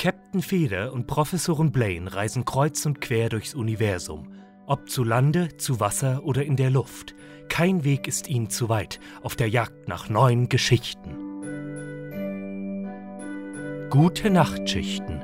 Captain Feder und Professorin Blaine reisen kreuz und quer durchs Universum. Ob zu Lande, zu Wasser oder in der Luft. Kein Weg ist ihnen zu weit, auf der Jagd nach neuen Geschichten. Gute Nachtschichten.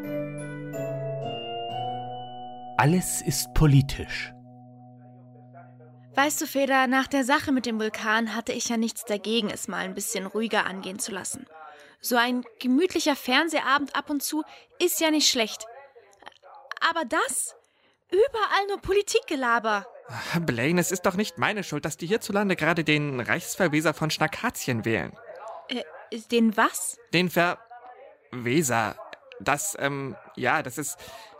Alles ist politisch. Weißt du, Feder, nach der Sache mit dem Vulkan hatte ich ja nichts dagegen, es mal ein bisschen ruhiger angehen zu lassen. So ein gemütlicher Fernsehabend ab und zu ist ja nicht schlecht. Aber das? Überall nur Politikgelaber. Blaine, es ist doch nicht meine Schuld, dass die hierzulande gerade den Reichsverweser von Schnackazien wählen. Den was? Den Verweser. Das ist...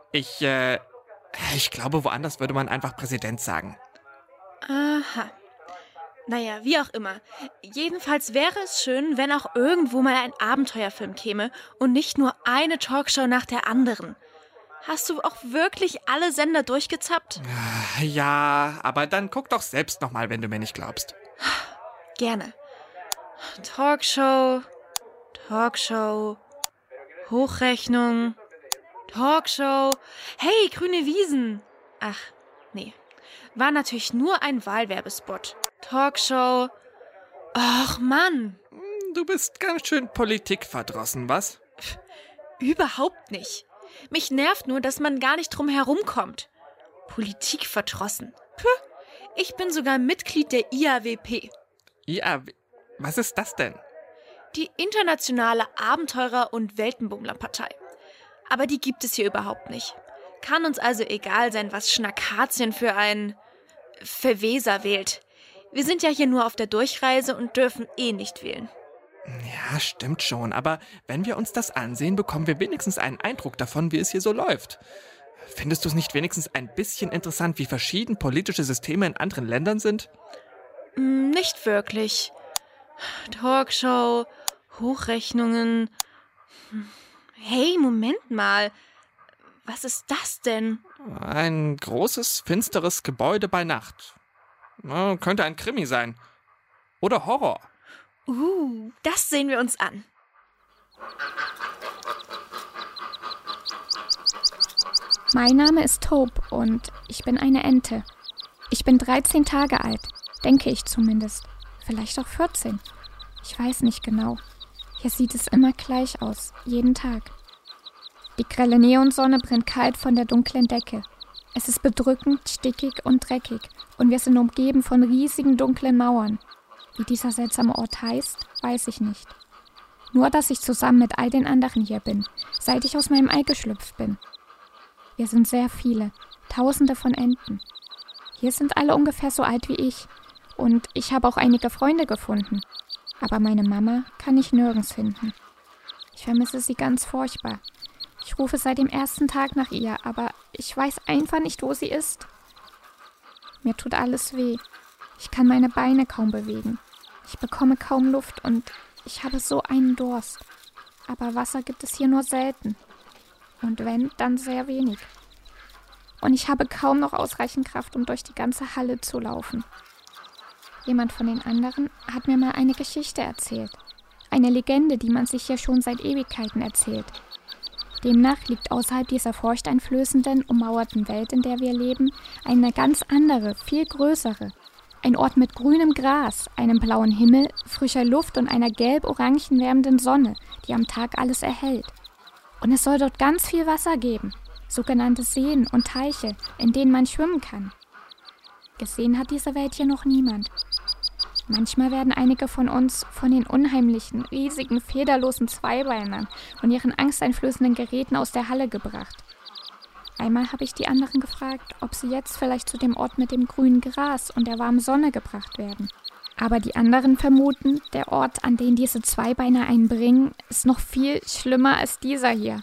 Ich glaube, woanders würde man einfach Präsident sagen. Aha. Naja, wie auch immer. Jedenfalls wäre es schön, wenn auch irgendwo mal ein Abenteuerfilm käme und nicht nur eine Talkshow nach der anderen. Hast du auch wirklich alle Sender durchgezappt? Ja, aber dann guck doch selbst nochmal, wenn du mir nicht glaubst. Gerne. Talkshow, Hochrechnung, Talkshow. Hey, grüne Wiesen. Ach, nee. War natürlich nur ein Wahlwerbespot. Talkshow. Ach, Mann. Du bist ganz schön politikverdrossen, was? Überhaupt nicht. Mich nervt nur, dass man gar nicht drum herumkommt. Politikverdrossen. Puh. Ich bin sogar Mitglied der IAWP. Was ist das denn? Die Internationale Abenteurer- und Weltenbummlerpartei. Aber die gibt es hier überhaupt nicht. Kann uns also egal sein, was Schnackazien für ein Verweser wählt. Wir sind ja hier nur auf der Durchreise und dürfen nicht wählen. Ja, stimmt schon. Aber wenn wir uns das ansehen, bekommen wir wenigstens einen Eindruck davon, wie es hier so läuft. Findest du es nicht wenigstens ein bisschen interessant, wie verschieden politische Systeme in anderen Ländern sind? Nicht wirklich. Talkshow, Hochrechnungen. Hey, Moment mal. Was ist das denn? Ein großes, finsteres Gebäude bei Nacht. Könnte ein Krimi sein. Oder Horror. Das sehen wir uns an. Mein Name ist Tope und ich bin eine Ente. Ich bin 13 Tage alt, denke ich zumindest. Vielleicht auch 14. Ich weiß nicht genau. Hier sieht es immer gleich aus, jeden Tag. Die grelle Neonsonne brennt kalt von der dunklen Decke. Es ist bedrückend, stickig und dreckig und wir sind umgeben von riesigen dunklen Mauern. Wie dieser seltsame Ort heißt, weiß ich nicht. Nur, dass ich zusammen mit all den anderen hier bin, seit ich aus meinem Ei geschlüpft bin. Wir sind sehr viele, Tausende von Enten. Hier sind alle ungefähr so alt wie ich und ich habe auch einige Freunde gefunden. Aber meine Mama kann ich nirgends finden. Ich vermisse sie ganz furchtbar. Ich rufe seit dem ersten Tag nach ihr, aber ich weiß einfach nicht, wo sie ist. Mir tut alles weh. Ich kann meine Beine kaum bewegen. Ich bekomme kaum Luft und ich habe so einen Durst. Aber Wasser gibt es hier nur selten. Und wenn, dann sehr wenig. Und ich habe kaum noch ausreichend Kraft, um durch die ganze Halle zu laufen. Jemand von den anderen hat mir mal eine Geschichte erzählt. Eine Legende, die man sich hier schon seit Ewigkeiten erzählt. Demnach liegt außerhalb dieser furchteinflößenden, ummauerten Welt, in der wir leben, eine ganz andere, viel größere. Ein Ort mit grünem Gras, einem blauen Himmel, frischer Luft und einer gelb-orangen wärmenden Sonne, die am Tag alles erhellt. Und es soll dort ganz viel Wasser geben, sogenannte Seen und Teiche, in denen man schwimmen kann. Gesehen hat diese Welt hier noch niemand. Manchmal werden einige von uns von den unheimlichen, riesigen, federlosen Zweibeinern und ihren angsteinflößenden Geräten aus der Halle gebracht. Einmal habe ich die anderen gefragt, ob sie jetzt vielleicht zu dem Ort mit dem grünen Gras und der warmen Sonne gebracht werden. Aber die anderen vermuten, der Ort, an den diese Zweibeiner einen bringen, ist noch viel schlimmer als dieser hier.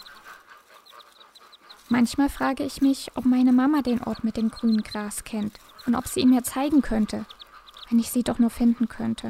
Manchmal frage ich mich, ob meine Mama den Ort mit dem grünen Gras kennt und ob sie ihn mir zeigen könnte, wenn ich sie doch nur finden könnte.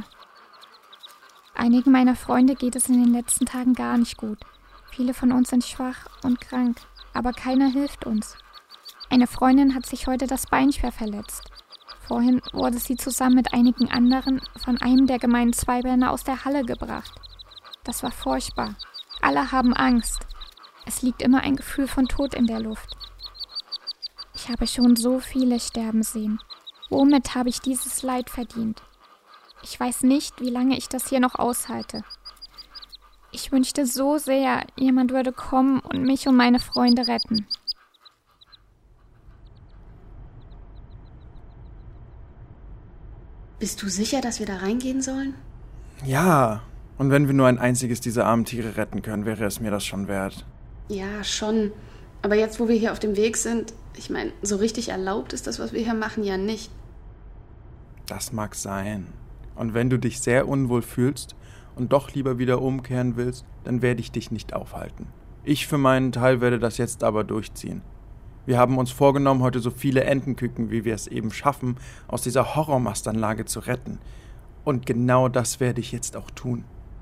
Einigen meiner Freunde geht es in den letzten Tagen gar nicht gut. Viele von uns sind schwach und krank, aber keiner hilft uns. Eine Freundin hat sich heute das Bein schwer verletzt. Vorhin wurde sie zusammen mit einigen anderen von einem der gemeinen Zweibeiner aus der Halle gebracht. Das war furchtbar. Alle haben Angst. Es liegt immer ein Gefühl von Tod in der Luft. Ich habe schon so viele sterben sehen. Womit habe ich dieses Leid verdient? Ich weiß nicht, wie lange ich das hier noch aushalte. Ich wünschte so sehr, jemand würde kommen und mich und meine Freunde retten. Bist du sicher, dass wir da reingehen sollen? Ja, und wenn wir nur ein einziges dieser armen Tiere retten können, wäre es mir das schon wert. Ja, schon. Aber jetzt, wo wir hier auf dem Weg sind, ich meine, so richtig erlaubt ist das, was wir hier machen, ja nicht. Das mag sein. Und wenn du dich sehr unwohl fühlst und doch lieber wieder umkehren willst, dann werde ich dich nicht aufhalten. Ich für meinen Teil werde das jetzt aber durchziehen. Wir haben uns vorgenommen, heute so viele Entenküken, wie wir es eben schaffen, aus dieser Horrormastanlage zu retten. Und genau das werde ich jetzt auch tun.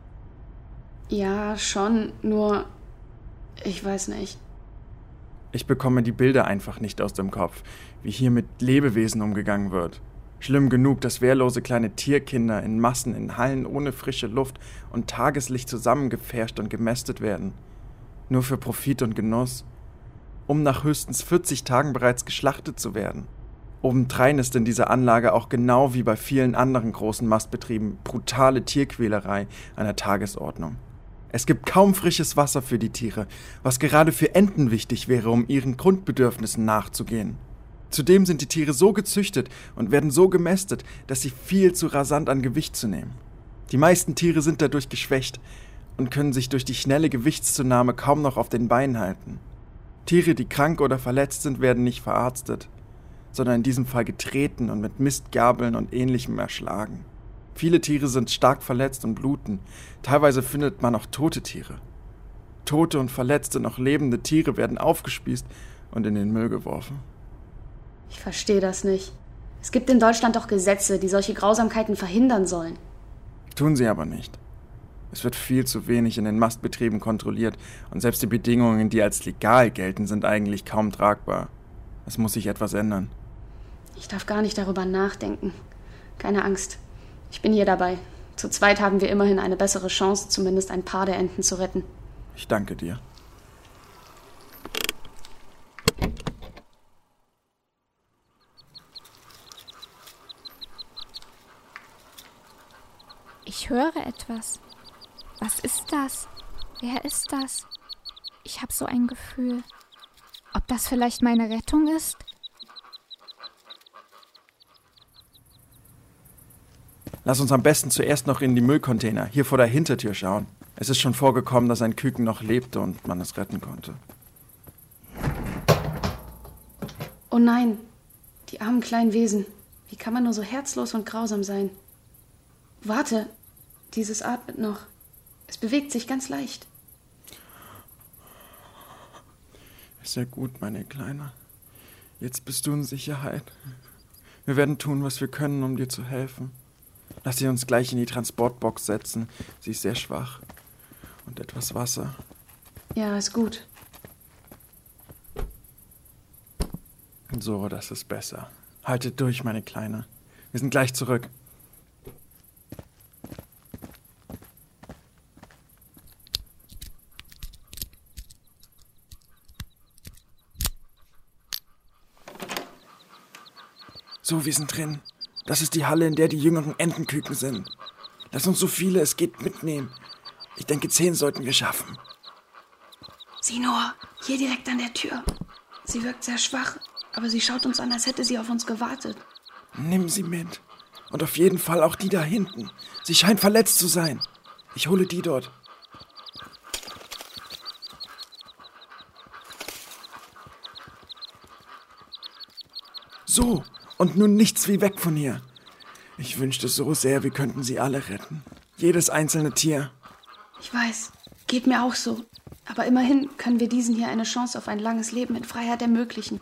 Ja, schon, nur ich weiß nicht. Ich bekomme die Bilder einfach nicht aus dem Kopf, wie hier mit Lebewesen umgegangen wird. Schlimm genug, dass wehrlose kleine Tierkinder in Massen in Hallen ohne frische Luft und Tageslicht zusammengepfercht und gemästet werden. Nur für Profit und Genuss. Um nach höchstens 40 Tagen bereits geschlachtet zu werden. Obendrein ist in dieser Anlage auch genau wie bei vielen anderen großen Mastbetrieben brutale Tierquälerei an der Tagesordnung. Es gibt kaum frisches Wasser für die Tiere, was gerade für Enten wichtig wäre, um ihren Grundbedürfnissen nachzugehen. Zudem sind die Tiere so gezüchtet und werden so gemästet, dass sie viel zu rasant an Gewicht zunehmen. Die meisten Tiere sind dadurch geschwächt und können sich durch die schnelle Gewichtszunahme kaum noch auf den Beinen halten. Tiere, die krank oder verletzt sind, werden nicht verarztet, sondern in diesem Fall getreten und mit Mistgabeln und Ähnlichem erschlagen. Viele Tiere sind stark verletzt und bluten. Teilweise findet man auch tote Tiere. Tote und verletzte, noch lebende Tiere werden aufgespießt und in den Müll geworfen. Ich verstehe das nicht. Es gibt in Deutschland doch Gesetze, die solche Grausamkeiten verhindern sollen. Tun sie aber nicht. Es wird viel zu wenig in den Mastbetrieben kontrolliert und selbst die Bedingungen, die als legal gelten, sind eigentlich kaum tragbar. Es muss sich etwas ändern. Ich darf gar nicht darüber nachdenken. Keine Angst. Ich bin hier dabei. Zu zweit haben wir immerhin eine bessere Chance, zumindest ein paar der Enten zu retten. Ich danke dir. Ich höre etwas. Was ist das? Wer ist das? Ich habe so ein Gefühl. Ob das vielleicht meine Rettung ist? Lass uns am besten zuerst noch in die Müllcontainer hier vor der Hintertür schauen. Es ist schon vorgekommen, dass ein Küken noch lebte und man es retten konnte. Oh nein, die armen kleinen Wesen. Wie kann man nur so herzlos und grausam sein? Warte, dieses atmet noch. Es bewegt sich ganz leicht. Sehr gut, meine Kleine. Jetzt bist du in Sicherheit. Wir werden tun, was wir können, um dir zu helfen. Lass sie uns gleich in die Transportbox setzen. Sie ist sehr schwach. Und etwas Wasser. Ja, ist gut. So, das ist besser. Haltet durch, meine Kleine. Wir sind gleich zurück. So, wir sind drin. Das ist die Halle, in der die jüngeren Entenküken sind. Lass uns so viele es geht mitnehmen. Ich denke, 10 sollten wir schaffen. Sieh nur, hier direkt an der Tür. Sie wirkt sehr schwach, aber sie schaut uns an, als hätte sie auf uns gewartet. Nimm sie mit. Und auf jeden Fall auch die da hinten. Sie scheint verletzt zu sein. Ich hole die dort. So, und nun nichts wie weg von hier. Ich wünschte so sehr, wir könnten sie alle retten. Jedes einzelne Tier. Ich weiß, geht mir auch so. Aber immerhin können wir diesen hier eine Chance auf ein langes Leben in Freiheit ermöglichen.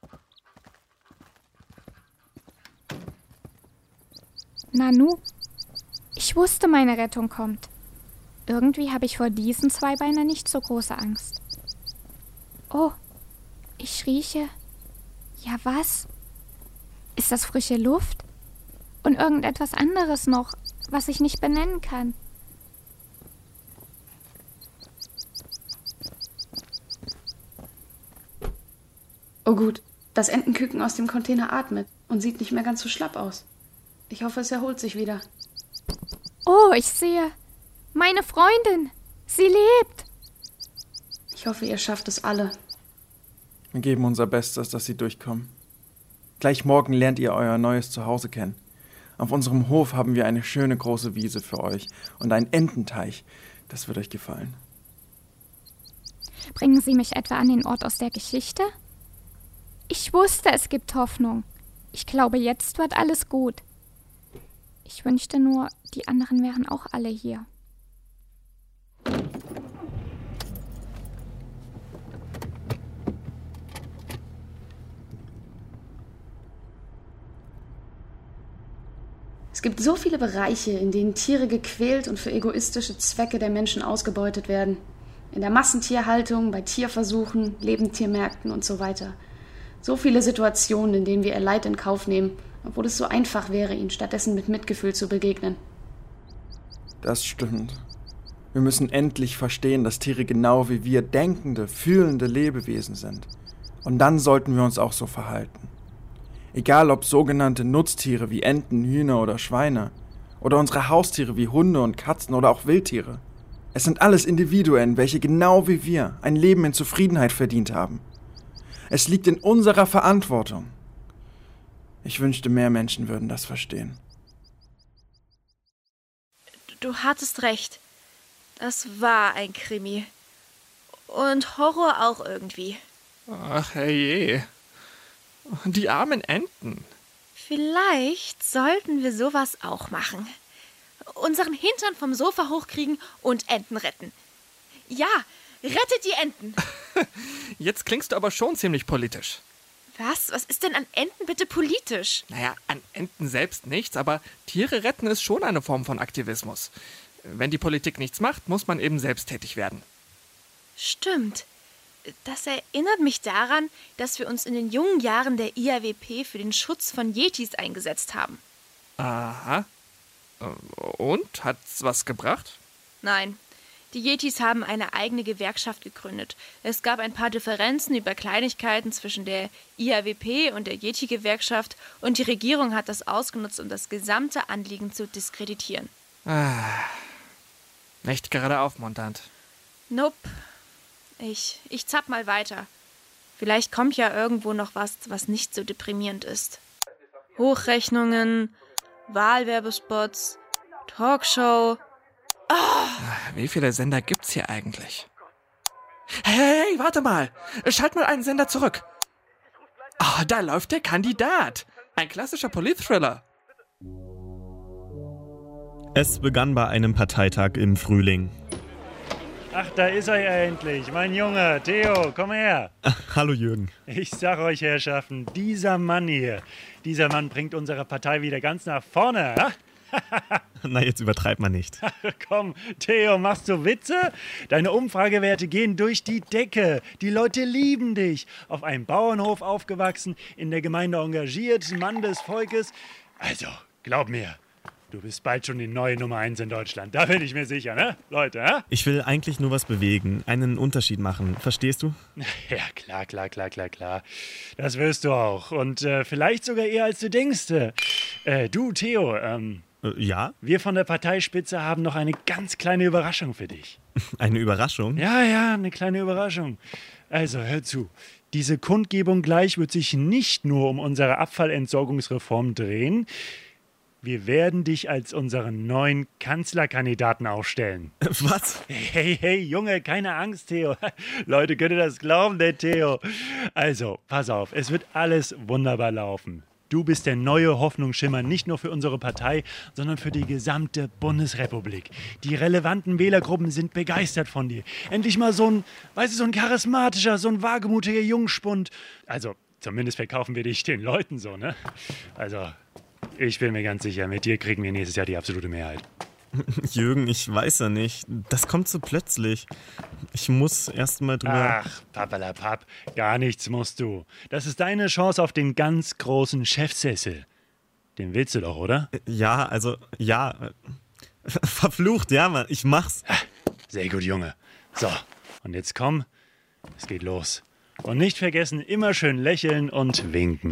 Nanu, ich wusste, meine Rettung kommt. Irgendwie habe ich vor diesen Zweibeinern nicht so große Angst. Oh, ich rieche... Ja, was? Ist das frische Luft? Und irgendetwas anderes noch, was ich nicht benennen kann. Oh gut, das Entenküken aus dem Container atmet und sieht nicht mehr ganz so schlapp aus. Ich hoffe, es erholt sich wieder. Oh, ich sehe. Meine Freundin. Sie lebt. Ich hoffe, ihr schafft es alle. Wir geben unser Bestes, dass Sie durchkommen. Gleich morgen lernt ihr euer neues Zuhause kennen. Auf unserem Hof haben wir eine schöne große Wiese für euch und einen Ententeich. Das wird euch gefallen. Bringen Sie mich etwa an den Ort aus der Geschichte? Ich wusste, es gibt Hoffnung. Ich glaube, jetzt wird alles gut. Ich wünschte nur, die anderen wären auch alle hier. Es gibt so viele Bereiche, in denen Tiere gequält und für egoistische Zwecke der Menschen ausgebeutet werden. In der Massentierhaltung, bei Tierversuchen, Lebendtiermärkten und so weiter. So viele Situationen, in denen wir ihr Leid in Kauf nehmen, obwohl es so einfach wäre, ihnen stattdessen mit Mitgefühl zu begegnen. Das stimmt. Wir müssen endlich verstehen, dass Tiere genau wie wir denkende, fühlende Lebewesen sind. Und dann sollten wir uns auch so verhalten. Egal ob sogenannte Nutztiere wie Enten, Hühner oder Schweine. Oder unsere Haustiere wie Hunde und Katzen oder auch Wildtiere. Es sind alles Individuen, welche genau wie wir ein Leben in Zufriedenheit verdient haben. Es liegt in unserer Verantwortung. Ich wünschte, mehr Menschen würden das verstehen. Du hattest recht. Das war ein Krimi. Und Horror auch irgendwie. Ach herrje. Die armen Enten. Vielleicht sollten wir sowas auch machen. Unseren Hintern vom Sofa hochkriegen und Enten retten. Ja, rettet die Enten. Jetzt klingst du aber schon ziemlich politisch. Was? Was ist denn an Enten bitte politisch? Naja, an Enten selbst nichts, aber Tiere retten ist schon eine Form von Aktivismus. Wenn die Politik nichts macht, muss man eben selbst tätig werden. Stimmt. Das erinnert mich daran, dass wir uns in den jungen Jahren der IAWP für den Schutz von Yetis eingesetzt haben. Aha. Und? Hat's was gebracht? Nein. Die Yetis haben eine eigene Gewerkschaft gegründet. Es gab ein paar Differenzen über Kleinigkeiten zwischen der IAWP und der Yeti-Gewerkschaft und die Regierung hat das ausgenutzt, um das gesamte Anliegen zu diskreditieren. Nicht gerade aufmunternd. Nope. Ich zapp mal weiter. Vielleicht kommt ja irgendwo noch was nicht so deprimierend ist. Hochrechnungen, Wahlwerbespots, Talkshow. Wie viele Sender gibt's hier eigentlich? Hey, warte mal. Schalt mal einen Sender zurück. Oh, da läuft der Kandidat. Ein klassischer Politthriller. Es begann bei einem Parteitag im Frühling. Ach, da ist er ja endlich. Mein Junge, Theo, komm her. Hallo Jürgen. Ich sag euch, Herrschaften, dieser Mann bringt unsere Partei wieder ganz nach vorne. Ha? Na, jetzt übertreibt man nicht. Komm, Theo, machst du Witze? Deine Umfragewerte gehen durch die Decke. Die Leute lieben dich. Auf einem Bauernhof aufgewachsen, in der Gemeinde engagiert, Mann des Volkes. Also, glaub mir, du bist bald schon die neue Nummer 1 in Deutschland. Da bin ich mir sicher, ne, Leute? Ha? Ich will eigentlich nur was bewegen, einen Unterschied machen. Verstehst du? Ja, klar. Das wirst du auch. Und vielleicht sogar eher, als du denkst. Du, Theo, ja? Wir von der Parteispitze haben noch eine ganz kleine Überraschung für dich. Eine Überraschung? Ja, eine kleine Überraschung. Also, hör zu. Diese Kundgebung gleich wird sich nicht nur um unsere Abfallentsorgungsreform drehen. Wir werden dich als unseren neuen Kanzlerkandidaten aufstellen. Was? Hey, Junge, keine Angst, Theo. Leute, könnt ihr das glauben, der Theo? Also, pass auf, es wird alles wunderbar laufen. Du bist der neue Hoffnungsschimmer nicht nur für unsere Partei, sondern für die gesamte Bundesrepublik. Die relevanten Wählergruppen sind begeistert von dir. Endlich mal so ein charismatischer, so ein wagemutiger Jungspund. Also, zumindest verkaufen wir dich den Leuten so, ne? Also, ich bin mir ganz sicher, mit dir kriegen wir nächstes Jahr die absolute Mehrheit. Jürgen, ich weiß ja nicht. Das kommt so plötzlich. Ich muss erst mal drüber... Ach, Pappalapapp, gar nichts musst du. Das ist deine Chance auf den ganz großen Chefsessel. Den willst du doch, oder? Ja. Verflucht, ja, Mann. Ich mach's. Sehr gut, Junge. So, und jetzt komm. Es geht los. Und nicht vergessen, immer schön lächeln und winken.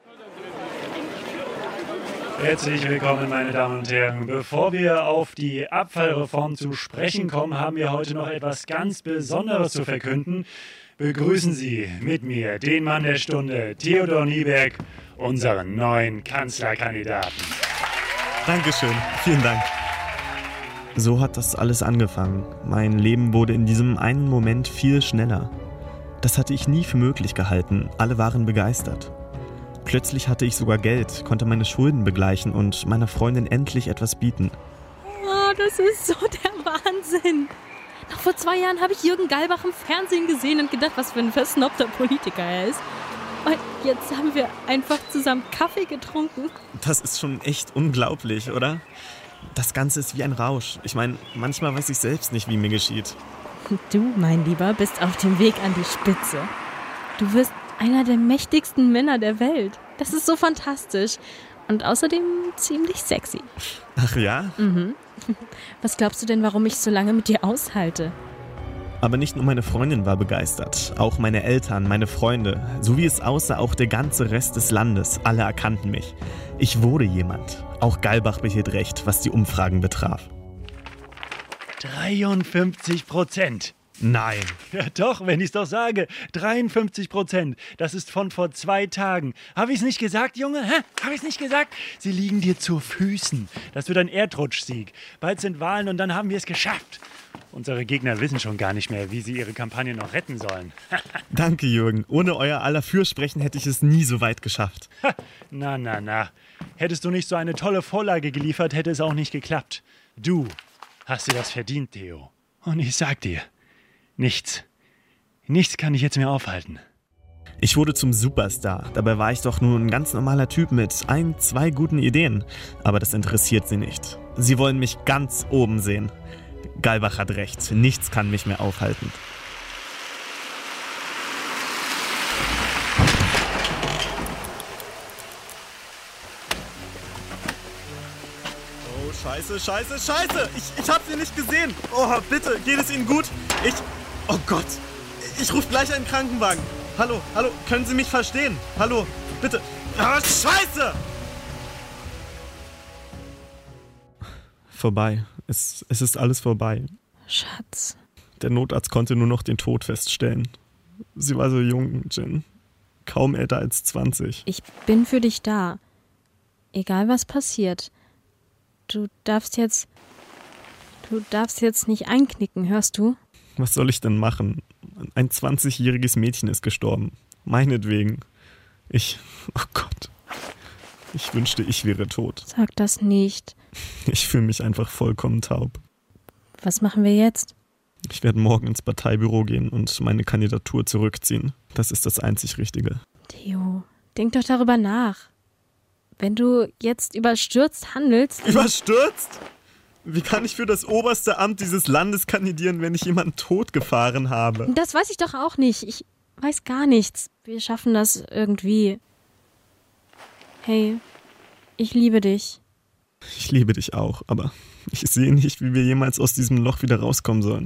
Herzlich willkommen, meine Damen und Herren. Bevor wir auf die Abfallreform zu sprechen kommen, haben wir heute noch etwas ganz Besonderes zu verkünden. Begrüßen Sie mit mir den Mann der Stunde, Theodor Nieberg, unseren neuen Kanzlerkandidaten. Dankeschön, vielen Dank. So hat das alles angefangen. Mein Leben wurde in diesem einen Moment viel schneller. Das hatte ich nie für möglich gehalten. Alle waren begeistert. Plötzlich hatte ich sogar Geld, konnte meine Schulden begleichen und meiner Freundin endlich etwas bieten. Oh, das ist so der Wahnsinn. Noch vor 2 Jahren habe ich Jürgen Galbach im Fernsehen gesehen und gedacht, was für ein versnobter Politiker er ist. Und jetzt haben wir einfach zusammen Kaffee getrunken. Das ist schon echt unglaublich, oder? Das Ganze ist wie ein Rausch. Ich meine, manchmal weiß ich selbst nicht, wie mir geschieht. Du, mein Lieber, bist auf dem Weg an die Spitze. Du wirst einer der mächtigsten Männer der Welt. Das ist so fantastisch. Und außerdem ziemlich sexy. Ach ja? Mhm. Was glaubst du denn, warum ich so lange mit dir aushalte? Aber nicht nur meine Freundin war begeistert. Auch meine Eltern, meine Freunde. So wie es aussah, auch der ganze Rest des Landes. Alle erkannten mich. Ich wurde jemand. Auch Galbach behielt recht, was die Umfragen betraf. 53%. Nein. Ja doch, wenn ich es doch sage. 53%. Das ist von vor 2 Tagen. Habe ich es nicht gesagt, Junge? Habe ich es nicht gesagt? Sie liegen dir zu Füßen. Das wird ein Erdrutschsieg. Bald sind Wahlen und dann haben wir es geschafft. Unsere Gegner wissen schon gar nicht mehr, wie sie ihre Kampagne noch retten sollen. Danke, Jürgen. Ohne euer aller Fürsprechen hätte ich es nie so weit geschafft. Na. Hättest du nicht so eine tolle Vorlage geliefert, hätte es auch nicht geklappt. Du hast dir das verdient, Theo. Und ich sag dir, nichts kann dich jetzt mehr aufhalten. Ich wurde zum Superstar. Dabei war ich doch nur ein ganz normaler Typ mit 1-2 guten Ideen. Aber das interessiert sie nicht. Sie wollen mich ganz oben sehen. Galbach hat recht. Nichts kann mich mehr aufhalten. Oh, Scheiße. Ich hab sie nicht gesehen. Oh, bitte, geht es Ihnen gut? Oh Gott. Ich rufe gleich einen Krankenwagen. Hallo, können Sie mich verstehen? Hallo, bitte. Ah, Scheiße! Vorbei. Es ist alles vorbei. Schatz. Der Notarzt konnte nur noch den Tod feststellen. Sie war so jung, Jen. Kaum älter als 20. Ich bin für dich da. Egal was passiert. Du darfst jetzt nicht einknicken, hörst du? Was soll ich denn machen? Ein 20-jähriges Mädchen ist gestorben. Meinetwegen. Oh Gott. Ich wünschte, ich wäre tot. Sag das nicht. Ich fühle mich einfach vollkommen taub. Was machen wir jetzt? Ich werde morgen ins Parteibüro gehen und meine Kandidatur zurückziehen. Das ist das einzig Richtige. Theo, denk doch darüber nach. Wenn du jetzt überstürzt handelst... Überstürzt? Wie kann ich für das oberste Amt dieses Landes kandidieren, wenn ich jemanden totgefahren habe? Das weiß ich doch auch nicht. Ich weiß gar nichts. Wir schaffen das irgendwie. Hey, ich liebe dich. Ich liebe dich auch, aber ich sehe nicht, wie wir jemals aus diesem Loch wieder rauskommen sollen.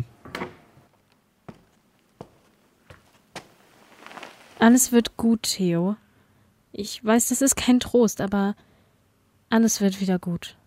Alles wird gut, Theo. Ich weiß, das ist kein Trost, aber alles wird wieder gut.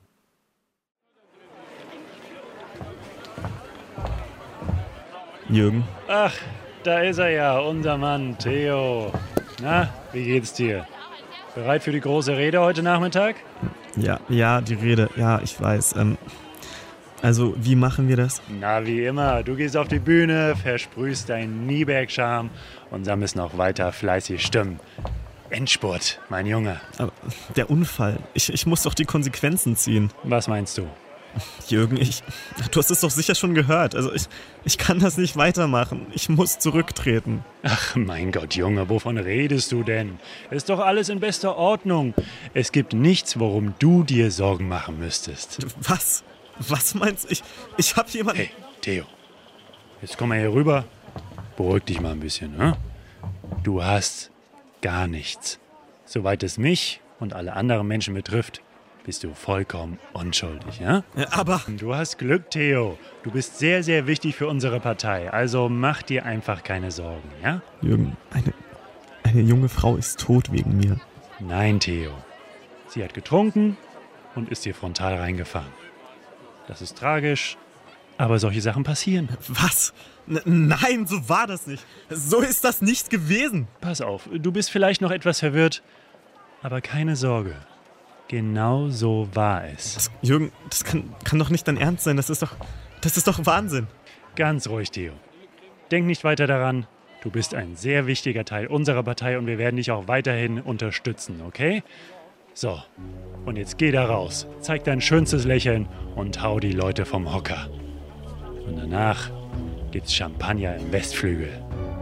Jürgen. Ach, da ist er ja, unser Mann, Theo. Na, wie geht's dir? Bereit für die große Rede heute Nachmittag? Ja, die Rede. Ja, ich weiß. Also, wie machen wir das? Na, wie immer. Du gehst auf die Bühne, versprühst deinen Nieberg-Charme und sammelst noch weiter fleißig Stimmen. Endspurt, mein Junge. Aber der Unfall. Ich muss doch die Konsequenzen ziehen. Was meinst du? Jürgen, du hast es doch sicher schon gehört. Also ich kann das nicht weitermachen. Ich muss zurücktreten. Ach mein Gott, Junge, wovon redest du denn? Ist doch alles in bester Ordnung. Es gibt nichts, worum du dir Sorgen machen müsstest. Was? Was meinst du? Ich hab jemanden... Hey, Theo, jetzt komm mal hier rüber. Beruhig dich mal ein bisschen, ne? Du hast gar nichts. Soweit es mich und alle anderen Menschen betrifft, bist du vollkommen unschuldig, ja? Aber... Du hast Glück, Theo. Du bist sehr, sehr wichtig für unsere Partei. Also mach dir einfach keine Sorgen, ja? Jürgen, eine junge Frau ist tot wegen mir. Nein, Theo. Sie hat getrunken und ist hier frontal reingefahren. Das ist tragisch, aber solche Sachen passieren. Was? Nein, so war das nicht. So ist das nicht gewesen. Pass auf, du bist vielleicht noch etwas verwirrt, aber keine Sorge. Genau so war es. Jürgen, das kann doch nicht dein Ernst sein. Das ist doch Wahnsinn. Ganz ruhig, Theo. Denk nicht weiter daran. Du bist ein sehr wichtiger Teil unserer Partei und wir werden dich auch weiterhin unterstützen, okay? So, und jetzt geh da raus, zeig dein schönstes Lächeln und hau die Leute vom Hocker. Und danach gibt's Champagner im Westflügel.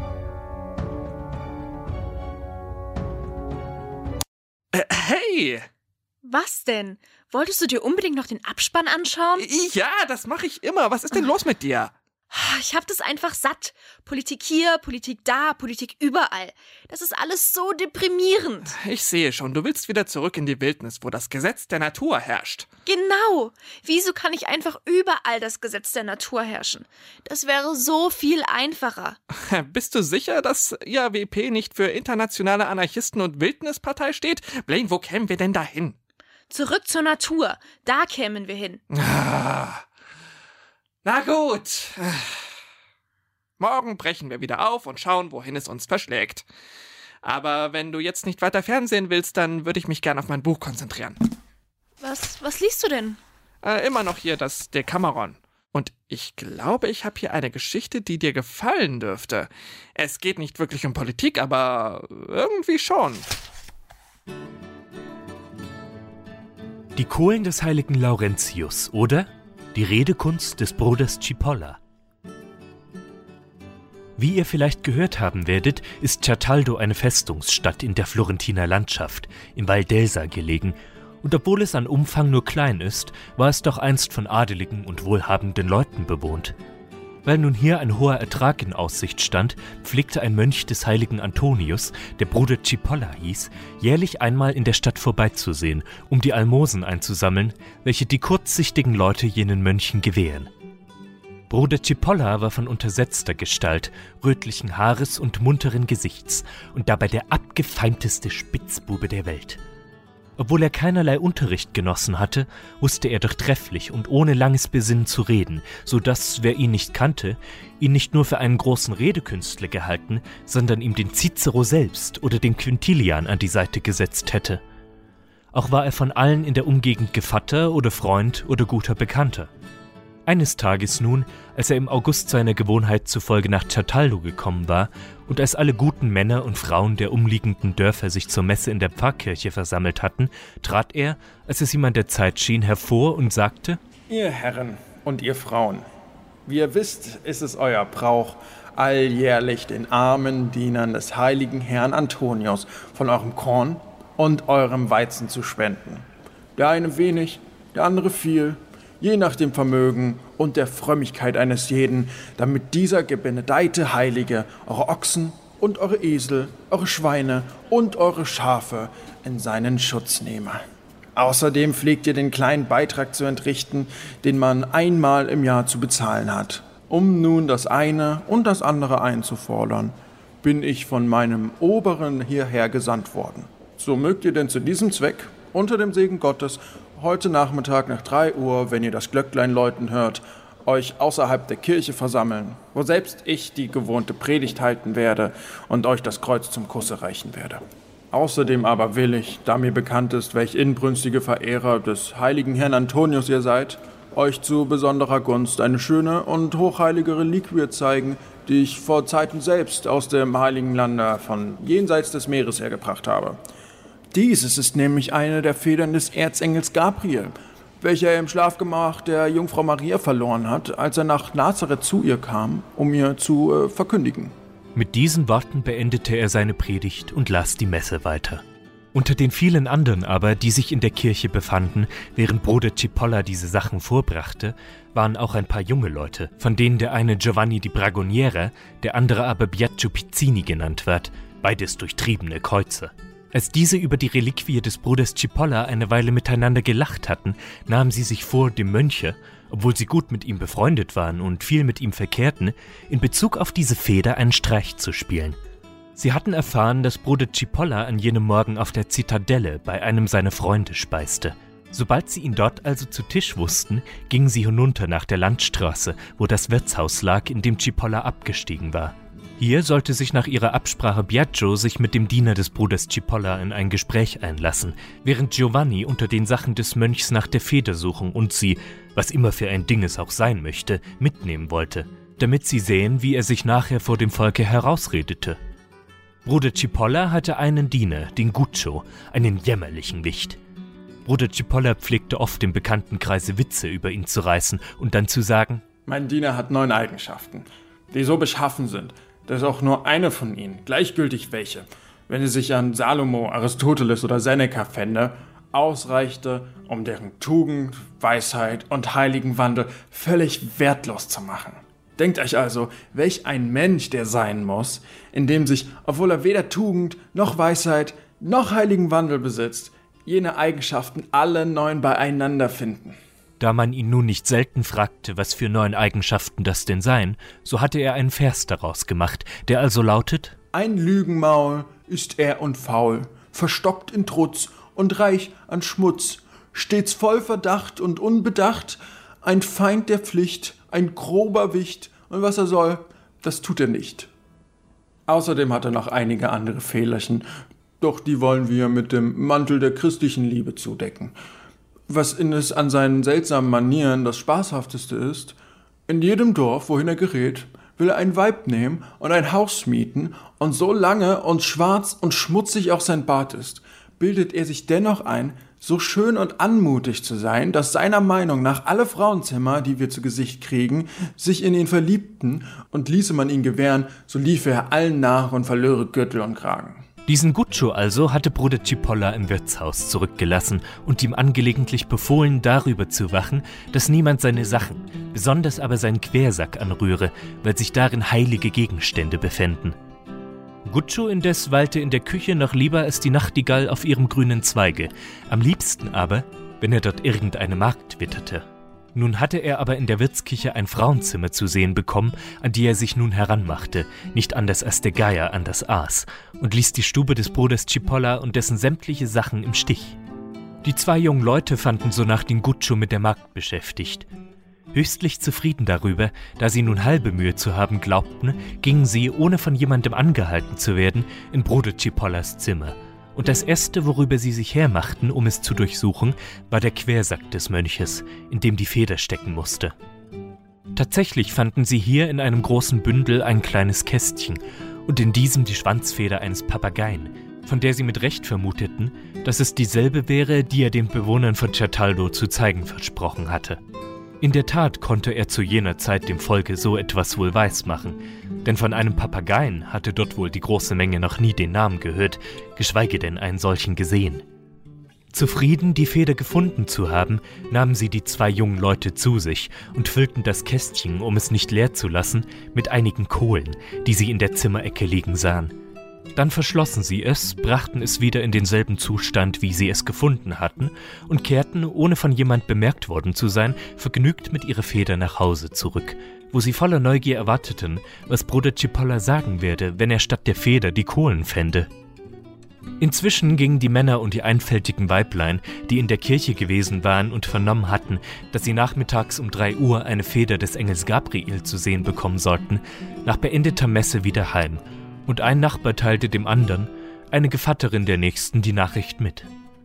Hey! Was denn? Wolltest du dir unbedingt noch den Abspann anschauen? Ja, das mache ich immer. Was ist denn los mit dir? Ich hab das einfach satt. Politik hier, Politik da, Politik überall. Das ist alles so deprimierend. Ich sehe schon, du willst wieder zurück in die Wildnis, wo das Gesetz der Natur herrscht. Genau. Wieso kann ich einfach überall das Gesetz der Natur herrschen? Das wäre so viel einfacher. Bist du sicher, dass IAWP nicht für internationale Anarchisten und Wildnispartei steht? Blaine, wo kämen wir denn da hin? Zurück zur Natur. Da kämen wir hin. Na gut. Morgen brechen wir wieder auf und schauen, wohin es uns verschlägt. Aber wenn du jetzt nicht weiter Fernsehen willst, dann würde ich mich gern auf mein Buch konzentrieren. Was liest du denn? Immer noch hier das Decameron. Und ich glaube, ich habe hier eine Geschichte, die dir gefallen dürfte. Es geht nicht wirklich um Politik, aber irgendwie schon. Die Kohlen des heiligen Laurentius oder die Redekunst des Bruders Cipolla. Wie ihr vielleicht gehört haben werdet, ist Certaldo eine Festungsstadt in der Florentiner Landschaft, im Val d'Elsa gelegen, und obwohl es an Umfang nur klein ist, war es doch einst von adeligen und wohlhabenden Leuten bewohnt. Weil nun hier ein hoher Ertrag in Aussicht stand, pflegte ein Mönch des heiligen Antonius, der Bruder Cipolla hieß, jährlich einmal in der Stadt vorbeizusehen, um die Almosen einzusammeln, welche die kurzsichtigen Leute jenen Mönchen gewähren. Bruder Cipolla war von untersetzter Gestalt, rötlichen Haares und munteren Gesichts und dabei der abgefeimteste Spitzbube der Welt. Obwohl er keinerlei Unterricht genossen hatte, wusste er doch trefflich und ohne langes Besinnen zu reden, so dass, wer ihn nicht kannte, ihn nicht nur für einen großen Redekünstler gehalten, sondern ihm den Cicero selbst oder den Quintilian an die Seite gesetzt hätte. Auch war er von allen in der Umgegend Gevatter oder Freund oder guter Bekannter. Eines Tages nun, als er im August seiner Gewohnheit zufolge nach Certaldo gekommen war und als alle guten Männer und Frauen der umliegenden Dörfer sich zur Messe in der Pfarrkirche versammelt hatten, trat er, als es ihm an der Zeit schien, hervor und sagte: Ihr Herren und ihr Frauen, wie ihr wisst, ist es euer Brauch, alljährlich den armen Dienern des heiligen Herrn Antonius von eurem Korn und eurem Weizen zu spenden. Der eine wenig, der andere viel, je nach dem Vermögen und der Frömmigkeit eines jeden, damit dieser gebenedeite Heilige eure Ochsen und eure Esel, eure Schweine und eure Schafe in seinen Schutz nehme. Außerdem pflegt ihr den kleinen Beitrag zu entrichten, den man einmal im Jahr zu bezahlen hat. Um nun das eine und das andere einzufordern, bin ich von meinem Oberen hierher gesandt worden. So mögt ihr denn zu diesem Zweck unter dem Segen Gottes heute Nachmittag nach 3 Uhr, wenn ihr das Glöcklein läuten hört, euch außerhalb der Kirche versammeln, wo selbst ich die gewohnte Predigt halten werde und euch das Kreuz zum Kusse reichen werde. Außerdem aber will ich, da mir bekannt ist, welch inbrünstige Verehrer des heiligen Herrn Antonius ihr seid, euch zu besonderer Gunst eine schöne und hochheilige Reliquie zeigen, die ich vor Zeiten selbst aus dem heiligen Lande von jenseits des Meeres hergebracht habe. Dieses ist nämlich eine der Federn des Erzengels Gabriel, welcher er im Schlafgemach der Jungfrau Maria verloren hat, als er nach Nazareth zu ihr kam, um ihr zu verkündigen. Mit diesen Worten beendete er seine Predigt und las die Messe weiter. Unter den vielen anderen aber, die sich in der Kirche befanden, während Bruder Cipolla diese Sachen vorbrachte, waren auch ein paar junge Leute, von denen der eine Giovanni di Bragoniera, der andere aber Biagio Pizzini genannt wird, beides durchtriebene Käuzer. Als diese über die Reliquie des Bruders Cipolla eine Weile miteinander gelacht hatten, nahmen sie sich vor, dem Mönche, obwohl sie gut mit ihm befreundet waren und viel mit ihm verkehrten, in Bezug auf diese Feder einen Streich zu spielen. Sie hatten erfahren, dass Bruder Cipolla an jenem Morgen auf der Zitadelle bei einem seiner Freunde speiste. Sobald sie ihn dort also zu Tisch wussten, gingen sie hinunter nach der Landstraße, wo das Wirtshaus lag, in dem Cipolla abgestiegen war. Hier sollte sich nach ihrer Absprache Biagio sich mit dem Diener des Bruders Cipolla in ein Gespräch einlassen, während Giovanni unter den Sachen des Mönchs nach der Feder suchen und sie, was immer für ein Ding es auch sein möchte, mitnehmen wollte, damit sie sehen, wie er sich nachher vor dem Volke herausredete. Bruder Cipolla hatte einen Diener, den Guccio, einen jämmerlichen Wicht. Bruder Cipolla pflegte oft im Bekanntenkreise Witze über ihn zu reißen und dann zu sagen: Mein Diener hat 9 Eigenschaften, die so beschaffen sind, dass auch nur eine von ihnen, gleichgültig welche, wenn sie sich an Salomo, Aristoteles oder Seneca fände, ausreichte, um deren Tugend, Weisheit und heiligen Wandel völlig wertlos zu machen. Denkt euch also, welch ein Mensch der sein muss, in dem sich, obwohl er weder Tugend, noch Weisheit, noch heiligen Wandel besitzt, jene Eigenschaften alle 9 beieinander finden. Da man ihn nun nicht selten fragte, was für 9 Eigenschaften das denn seien, so hatte er einen Vers daraus gemacht, der also lautet: Ein Lügenmaul ist er und faul, verstockt in Trutz und reich an Schmutz, stets voll Verdacht und unbedacht, ein Feind der Pflicht, ein grober Wicht, und was er soll, das tut er nicht. Außerdem hat er noch einige andere Fehlerchen, doch die wollen wir mit dem Mantel der christlichen Liebe zudecken. Was indes an seinen seltsamen Manieren das Spaßhafteste ist: In jedem Dorf, wohin er gerät, will er ein Weib nehmen und ein Haus mieten, und so lange und schwarz und schmutzig auch sein Bart ist, bildet er sich dennoch ein, so schön und anmutig zu sein, dass seiner Meinung nach alle Frauenzimmer, die wir zu Gesicht kriegen, sich in ihn verliebten, und ließe man ihn gewähren, so liefe er allen nach und verlöre Gürtel und Kragen. Diesen Guccio also hatte Bruder Cipolla im Wirtshaus zurückgelassen und ihm angelegentlich befohlen, darüber zu wachen, dass niemand seine Sachen, besonders aber seinen Quersack, anrühre, weil sich darin heilige Gegenstände befänden. Guccio indes weilte in der Küche noch lieber als die Nachtigall auf ihrem grünen Zweige, am liebsten aber, wenn er dort irgendeine Magd witterte. Nun hatte er aber in der Wirtsküche ein Frauenzimmer zu sehen bekommen, an die er sich nun heranmachte, nicht anders als der Geier an das Aas, und ließ die Stube des Bruders Cipolla und dessen sämtliche Sachen im Stich. Die 2 jungen Leute fanden sonach den Guccio mit der Magd beschäftigt. Höchstlich zufrieden darüber, da sie nun halbe Mühe zu haben glaubten, gingen sie, ohne von jemandem angehalten zu werden, in Bruder Cipollas Zimmer. Und das Erste, worüber sie sich hermachten, um es zu durchsuchen, war der Quersack des Mönches, in dem die Feder stecken musste. Tatsächlich fanden sie hier in einem großen Bündel ein kleines Kästchen und in diesem die Schwanzfeder eines Papageien, von der sie mit Recht vermuteten, dass es dieselbe wäre, die er den Bewohnern von Certaldo zu zeigen versprochen hatte. In der Tat konnte er zu jener Zeit dem Volke so etwas wohl weismachen, denn von einem Papageien hatte dort wohl die große Menge noch nie den Namen gehört, geschweige denn einen solchen gesehen. Zufrieden, die Feder gefunden zu haben, nahmen sie die 2 jungen Leute zu sich und füllten das Kästchen, um es nicht leer zu lassen, mit einigen Kohlen, die sie in der Zimmerecke liegen sahen. Dann verschlossen sie es, brachten es wieder in denselben Zustand, wie sie es gefunden hatten, und kehrten, ohne von jemand bemerkt worden zu sein, vergnügt mit ihrer Feder nach Hause zurück, wo sie voller Neugier erwarteten, was Bruder Cipolla sagen werde, wenn er statt der Feder die Kohlen fände. Inzwischen gingen die Männer und die einfältigen Weiblein, die in der Kirche gewesen waren und vernommen hatten, dass sie nachmittags um 3 Uhr eine Feder des Engels Gabriel zu sehen bekommen sollten, nach beendeter Messe wieder heim, und ein Nachbar teilte dem anderen, eine Gevatterin der Nächsten, die Nachricht mit.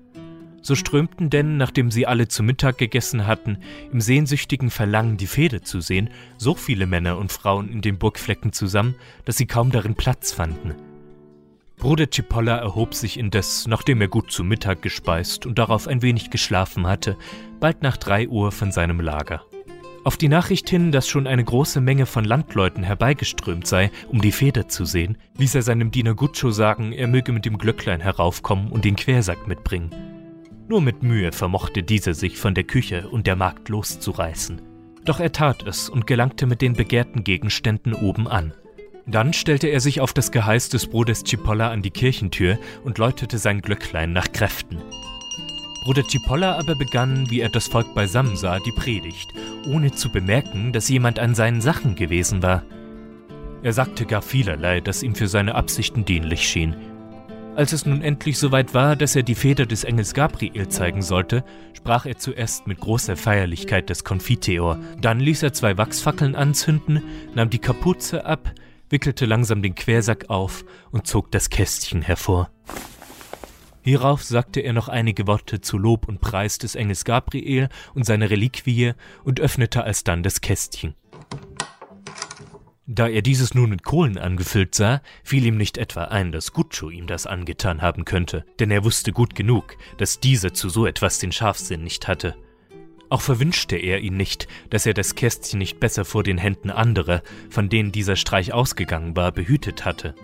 So strömten denn, nachdem sie alle zu Mittag gegessen hatten, im sehnsüchtigen Verlangen, die Feder zu sehen, so viele Männer und Frauen in den Burgflecken zusammen, dass sie kaum darin Platz fanden. Bruder Cipolla erhob sich indes, nachdem er gut zu Mittag gespeist und darauf ein wenig geschlafen hatte, bald nach 3 Uhr von seinem Lager. Auf die Nachricht hin, dass schon eine große Menge von Landleuten herbeigeströmt sei, um die Feder zu sehen, ließ er seinem Diener Guccio sagen, er möge mit dem Glöcklein heraufkommen und den Quersack mitbringen. Nur mit Mühe vermochte dieser sich von der Küche und der Magd loszureißen. Doch er tat es und gelangte mit den begehrten Gegenständen oben an. Dann stellte er sich auf das Geheiß des Bruders Cipolla an die Kirchentür und läutete sein Glöcklein nach Kräften. Bruder Cipolla aber begann, wie er das Volk beisammen sah, die Predigt, ohne zu bemerken, dass jemand an seinen Sachen gewesen war. Er sagte gar vielerlei, das ihm für seine Absichten dienlich schien. Als es nun endlich soweit war, dass er die Feder des Engels Gabriel zeigen sollte, sprach er zuerst mit großer Feierlichkeit das Confiteor. Dann ließ er 2 Wachsfackeln anzünden, nahm die Kapuze ab, wickelte langsam den Quersack auf und zog das Kästchen hervor. Hierauf sagte er noch einige Worte zu Lob und Preis des Engels Gabriel und seiner Reliquie und öffnete alsdann das Kästchen. Da er dieses nun mit Kohlen angefüllt sah, fiel ihm nicht etwa ein, dass Guccio ihm das angetan haben könnte, denn er wusste gut genug, dass dieser zu so etwas den Scharfsinn nicht hatte. Auch verwünschte er ihn nicht, dass er das Kästchen nicht besser vor den Händen anderer, von denen dieser Streich ausgegangen war, behütet hatte.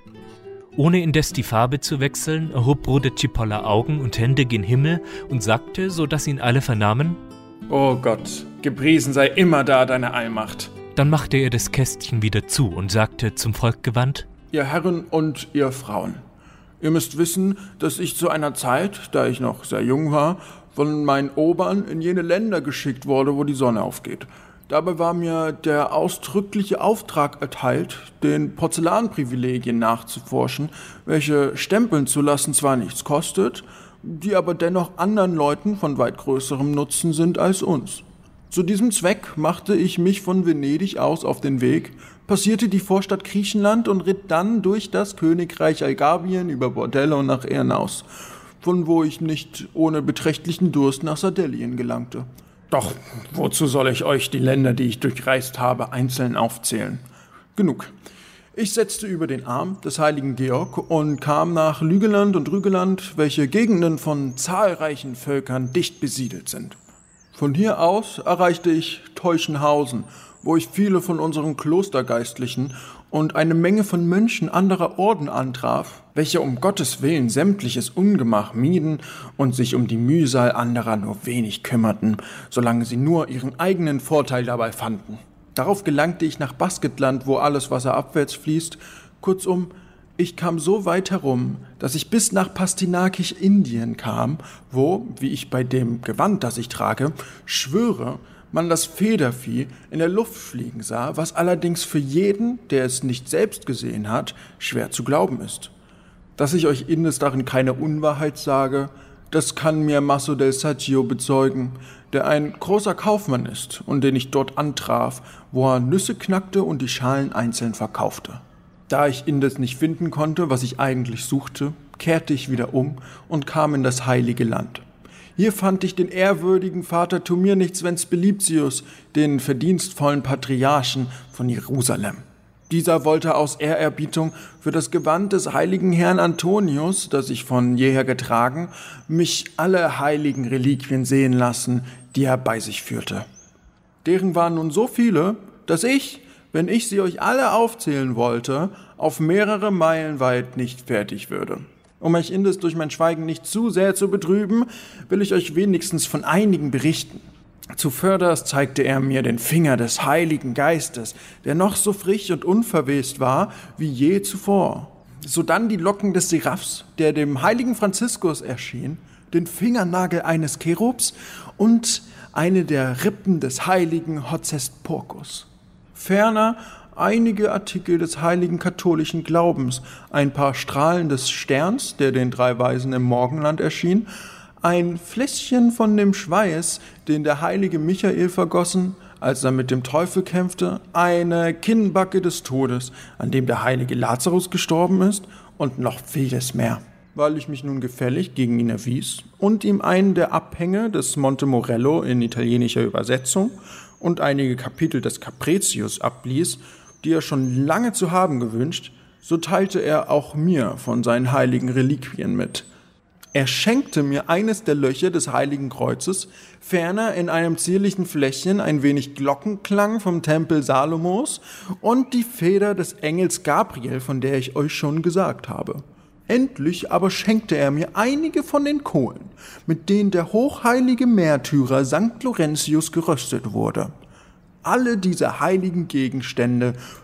Ohne indes die Farbe zu wechseln, erhob Bruder Cipolla Augen und Hände gen Himmel und sagte, so dass ihn alle vernahmen: »O Gott, gepriesen sei immer da deine Allmacht.« Dann machte er das Kästchen wieder zu und sagte zum Volk gewandt: »Ihr Herren und ihr Frauen, ihr müsst wissen, dass ich zu einer Zeit, da ich noch sehr jung war, von meinen Obern in jene Länder geschickt wurde, wo die Sonne aufgeht. Dabei war mir der ausdrückliche Auftrag erteilt, den Porzellanprivilegien nachzuforschen, welche stempeln zu lassen zwar nichts kostet, die aber dennoch anderen Leuten von weit größerem Nutzen sind als uns. Zu diesem Zweck machte ich mich von Venedig aus auf den Weg, passierte die Vorstadt Griechenland und ritt dann durch das Königreich Algarvien über Bordelle und nach Ernaus, von wo ich nicht ohne beträchtlichen Durst nach Sardellien gelangte. Doch wozu soll ich euch die Länder, die ich durchreist habe, einzeln aufzählen? Genug. Ich setzte über den Arm des heiligen Georg und kam nach Lügeland und Rügeland, welche Gegenden von zahlreichen Völkern dicht besiedelt sind. Von hier aus erreichte ich Teuchenhausen, wo ich viele von unseren Klostergeistlichen und eine Menge von Mönchen anderer Orden antraf, welche um Gottes Willen sämtliches Ungemach mieden und sich um die Mühsal anderer nur wenig kümmerten, solange sie nur ihren eigenen Vorteil dabei fanden. Darauf gelangte ich nach Basketland, wo alles Wasser abwärts fließt. Kurzum, ich kam so weit herum, dass ich bis nach Pastinakisch Indien kam, wo, wie ich bei dem Gewand, das ich trage, schwöre, man das Federvieh in der Luft fliegen sah, was allerdings für jeden, der es nicht selbst gesehen hat, schwer zu glauben ist. Dass ich euch indes darin keine Unwahrheit sage, das kann mir Maso del Saggio bezeugen, der ein großer Kaufmann ist und den ich dort antraf, wo er Nüsse knackte und die Schalen einzeln verkaufte. Da ich indes nicht finden konnte, was ich eigentlich suchte, kehrte ich wieder um und kam in das heilige Land. Hier fand ich den ehrwürdigen Vater Tumirnichts Belipsius, den verdienstvollen Patriarchen von Jerusalem. Dieser wollte aus Ehrerbietung für das Gewand des heiligen Herrn Antonius, das ich von jeher getragen, mich alle heiligen Reliquien sehen lassen, die er bei sich führte. Deren waren nun so viele, dass ich, wenn ich sie euch alle aufzählen wollte, auf mehrere Meilen weit nicht fertig würde. Um euch indes durch mein Schweigen nicht zu sehr zu betrüben, will ich euch wenigstens von einigen berichten. Zuvörderst zeigte er mir den Finger des Heiligen Geistes, der noch so frisch und unverwest war wie je zuvor. Sodann die Locken des Seraphs, der dem heiligen Franziskus erschien, den Fingernagel eines Cherubs und eine der Rippen des heiligen Hozest-Porcus. Ferner einige Artikel des heiligen katholischen Glaubens, ein paar Strahlen des Sterns, der den 3 Weisen im Morgenland erschien, ein Fläschchen von dem Schweiß, den der heilige Michael vergossen, als er mit dem Teufel kämpfte, eine Kinnbacke des Todes, an dem der heilige Lazarus gestorben ist, und noch vieles mehr. Weil ich mich nun gefällig gegen ihn erwies und ihm einen der Abhänge des Monte Morello in italienischer Übersetzung und einige Kapitel des Capricius abließ, die er schon lange zu haben gewünscht, so teilte er auch mir von seinen heiligen Reliquien mit. Er schenkte mir eines der Löcher des heiligen Kreuzes, ferner in einem zierlichen Fläschchen ein wenig Glockenklang vom Tempel Salomos und die Feder des Engels Gabriel, von der ich euch schon gesagt habe. Endlich aber schenkte er mir einige von den Kohlen, mit denen der hochheilige Märtyrer St. Laurentius geröstet wurde. Alle diese heiligen Gegenstände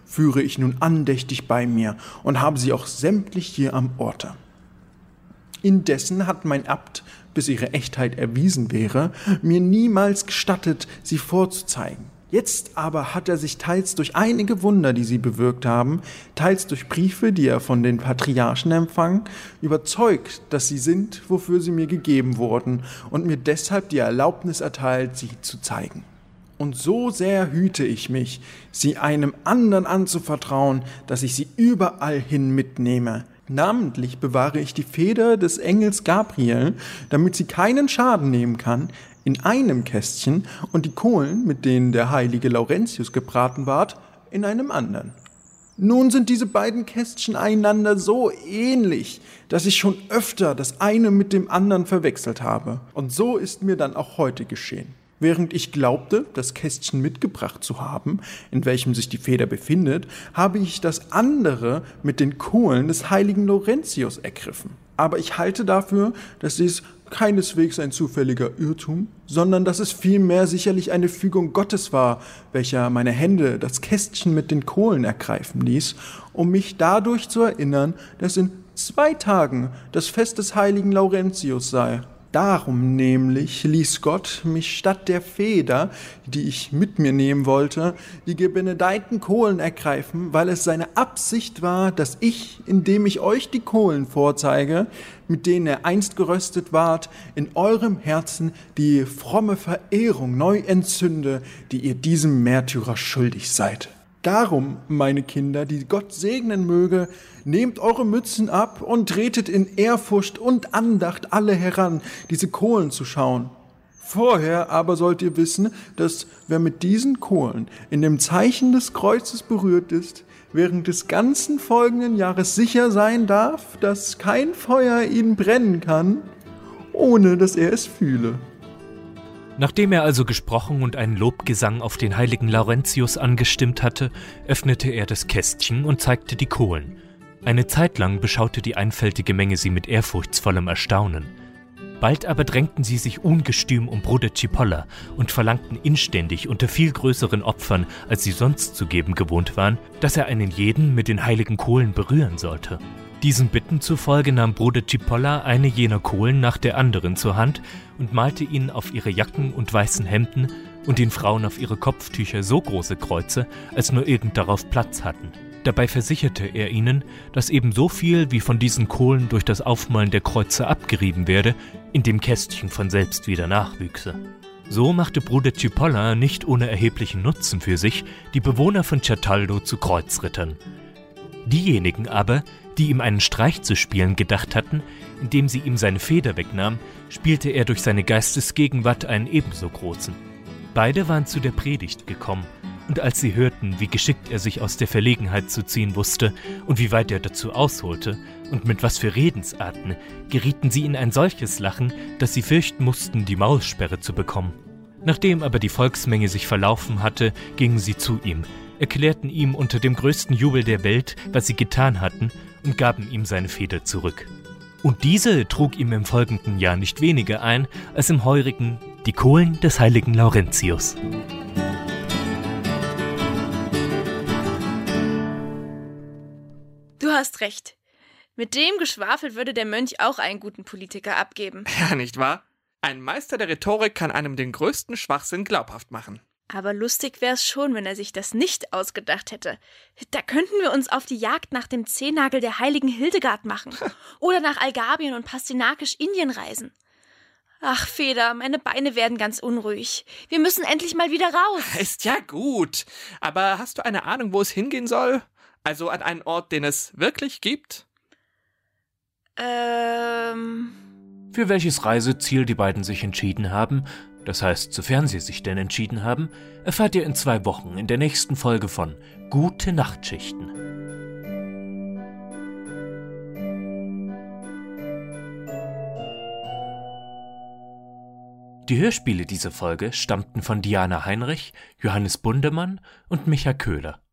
führe ich nun andächtig bei mir und habe sie auch sämtlich hier am Orte. Indessen hat mein Abt, bis ihre Echtheit erwiesen wäre, mir niemals gestattet, sie vorzuzeigen. Jetzt aber hat er sich teils durch einige Wunder, die sie bewirkt haben, teils durch Briefe, die er von den Patriarchen empfangen, überzeugt, dass sie sind, wofür sie mir gegeben wurden, und mir deshalb die Erlaubnis erteilt, sie zu zeigen. Und so sehr hüte ich mich, sie einem anderen anzuvertrauen, dass ich sie überall hin mitnehme. Namentlich bewahre ich die Feder des Engels Gabriel, damit sie keinen Schaden nehmen kann, in einem Kästchen und die Kohlen, mit denen der heilige Laurentius gebraten ward, in einem anderen. Nun sind diese beiden Kästchen einander so ähnlich, dass ich schon öfter das eine mit dem anderen verwechselt habe. Und so ist mir dann auch heute geschehen. Während ich glaubte, das Kästchen mitgebracht zu haben, in welchem sich die Feder befindet, habe ich das andere mit den Kohlen des heiligen Laurentius ergriffen. Aber ich halte dafür, dass dies keineswegs ein zufälliger Irrtum, sondern dass es vielmehr sicherlich eine Fügung Gottes war, welcher meine Hände das Kästchen mit den Kohlen ergreifen ließ, um mich dadurch zu erinnern, dass in 2 Tagen das Fest des heiligen Laurentius sei. Darum nämlich ließ Gott mich statt der Feder, die ich mit mir nehmen wollte, die gebenedeiten Kohlen ergreifen, weil es seine Absicht war, dass ich, indem ich euch die Kohlen vorzeige, mit denen er einst geröstet ward, in eurem Herzen die fromme Verehrung neu entzünde, die ihr diesem Märtyrer schuldig seid. Darum, meine Kinder, die Gott segnen möge, nehmt eure Mützen ab und tretet in Ehrfurcht und Andacht alle heran, diese Kohlen zu schauen. Vorher aber sollt ihr wissen, dass wer mit diesen Kohlen in dem Zeichen des Kreuzes berührt ist, während des ganzen folgenden Jahres sicher sein darf, dass kein Feuer ihn brennen kann, ohne dass er es fühle. Nachdem er also gesprochen und einen Lobgesang auf den heiligen Laurentius angestimmt hatte, öffnete er das Kästchen und zeigte die Kohlen. Eine Zeit lang beschaute die einfältige Menge sie mit ehrfurchtsvollem Erstaunen. Bald aber drängten sie sich ungestüm um Bruder Cipolla und verlangten inständig unter viel größeren Opfern, als sie sonst zu geben gewohnt waren, dass er einen jeden mit den heiligen Kohlen berühren sollte. Diesen Bitten zufolge nahm Bruder Cipolla eine jener Kohlen nach der anderen zur Hand und malte ihnen auf ihre Jacken und weißen Hemden und den Frauen auf ihre Kopftücher so große Kreuze, als nur irgend darauf Platz hatten. Dabei versicherte er ihnen, dass eben so viel, wie von diesen Kohlen durch das Aufmalen der Kreuze abgerieben werde, in dem Kästchen von selbst wieder nachwüchse. So machte Bruder Cipolla nicht ohne erheblichen Nutzen für sich die Bewohner von Certaldo zu Kreuzrittern. Diejenigen aber, die ihm einen Streich zu spielen gedacht hatten, indem sie ihm seine Feder wegnahm, spielte er durch seine Geistesgegenwart einen ebenso großen. Beide waren zu der Predigt gekommen, und als sie hörten, wie geschickt er sich aus der Verlegenheit zu ziehen wusste und wie weit er dazu ausholte und mit was für Redensarten, gerieten sie in ein solches Lachen, dass sie fürchten mussten, die Maulsperre zu bekommen. Nachdem aber die Volksmenge sich verlaufen hatte, gingen sie zu ihm, erklärten ihm unter dem größten Jubel der Welt, was sie getan hatten, und gaben ihm seine Feder zurück. Und diese trug ihm im folgenden Jahr nicht weniger ein, als im heurigen die Kohlen des heiligen Laurentius. Du hast recht. Mit dem Geschwafel würde der Mönch auch einen guten Politiker abgeben. Ja, nicht wahr? Ein Meister der Rhetorik kann einem den größten Schwachsinn glaubhaft machen. Aber lustig wär's schon, wenn er sich das nicht ausgedacht hätte. Da könnten wir uns auf die Jagd nach dem Zehennagel der heiligen Hildegard machen. Oder nach Algabien und Pastinakisch-Indien reisen. Ach, Feder, meine Beine werden ganz unruhig. Wir müssen endlich mal wieder raus. Ist ja gut. Aber hast du eine Ahnung, wo es hingehen soll? Also an einen Ort, den es wirklich gibt? Für welches Reiseziel die beiden sich entschieden haben, das heißt, sofern sie sich denn entschieden haben, erfahrt ihr in 2 Wochen in der nächsten Folge von Gute Nachtschichten. Die Hörspiele dieser Folge stammten von Diana Heinrich, Johannes Bundemann und Micha Köhler.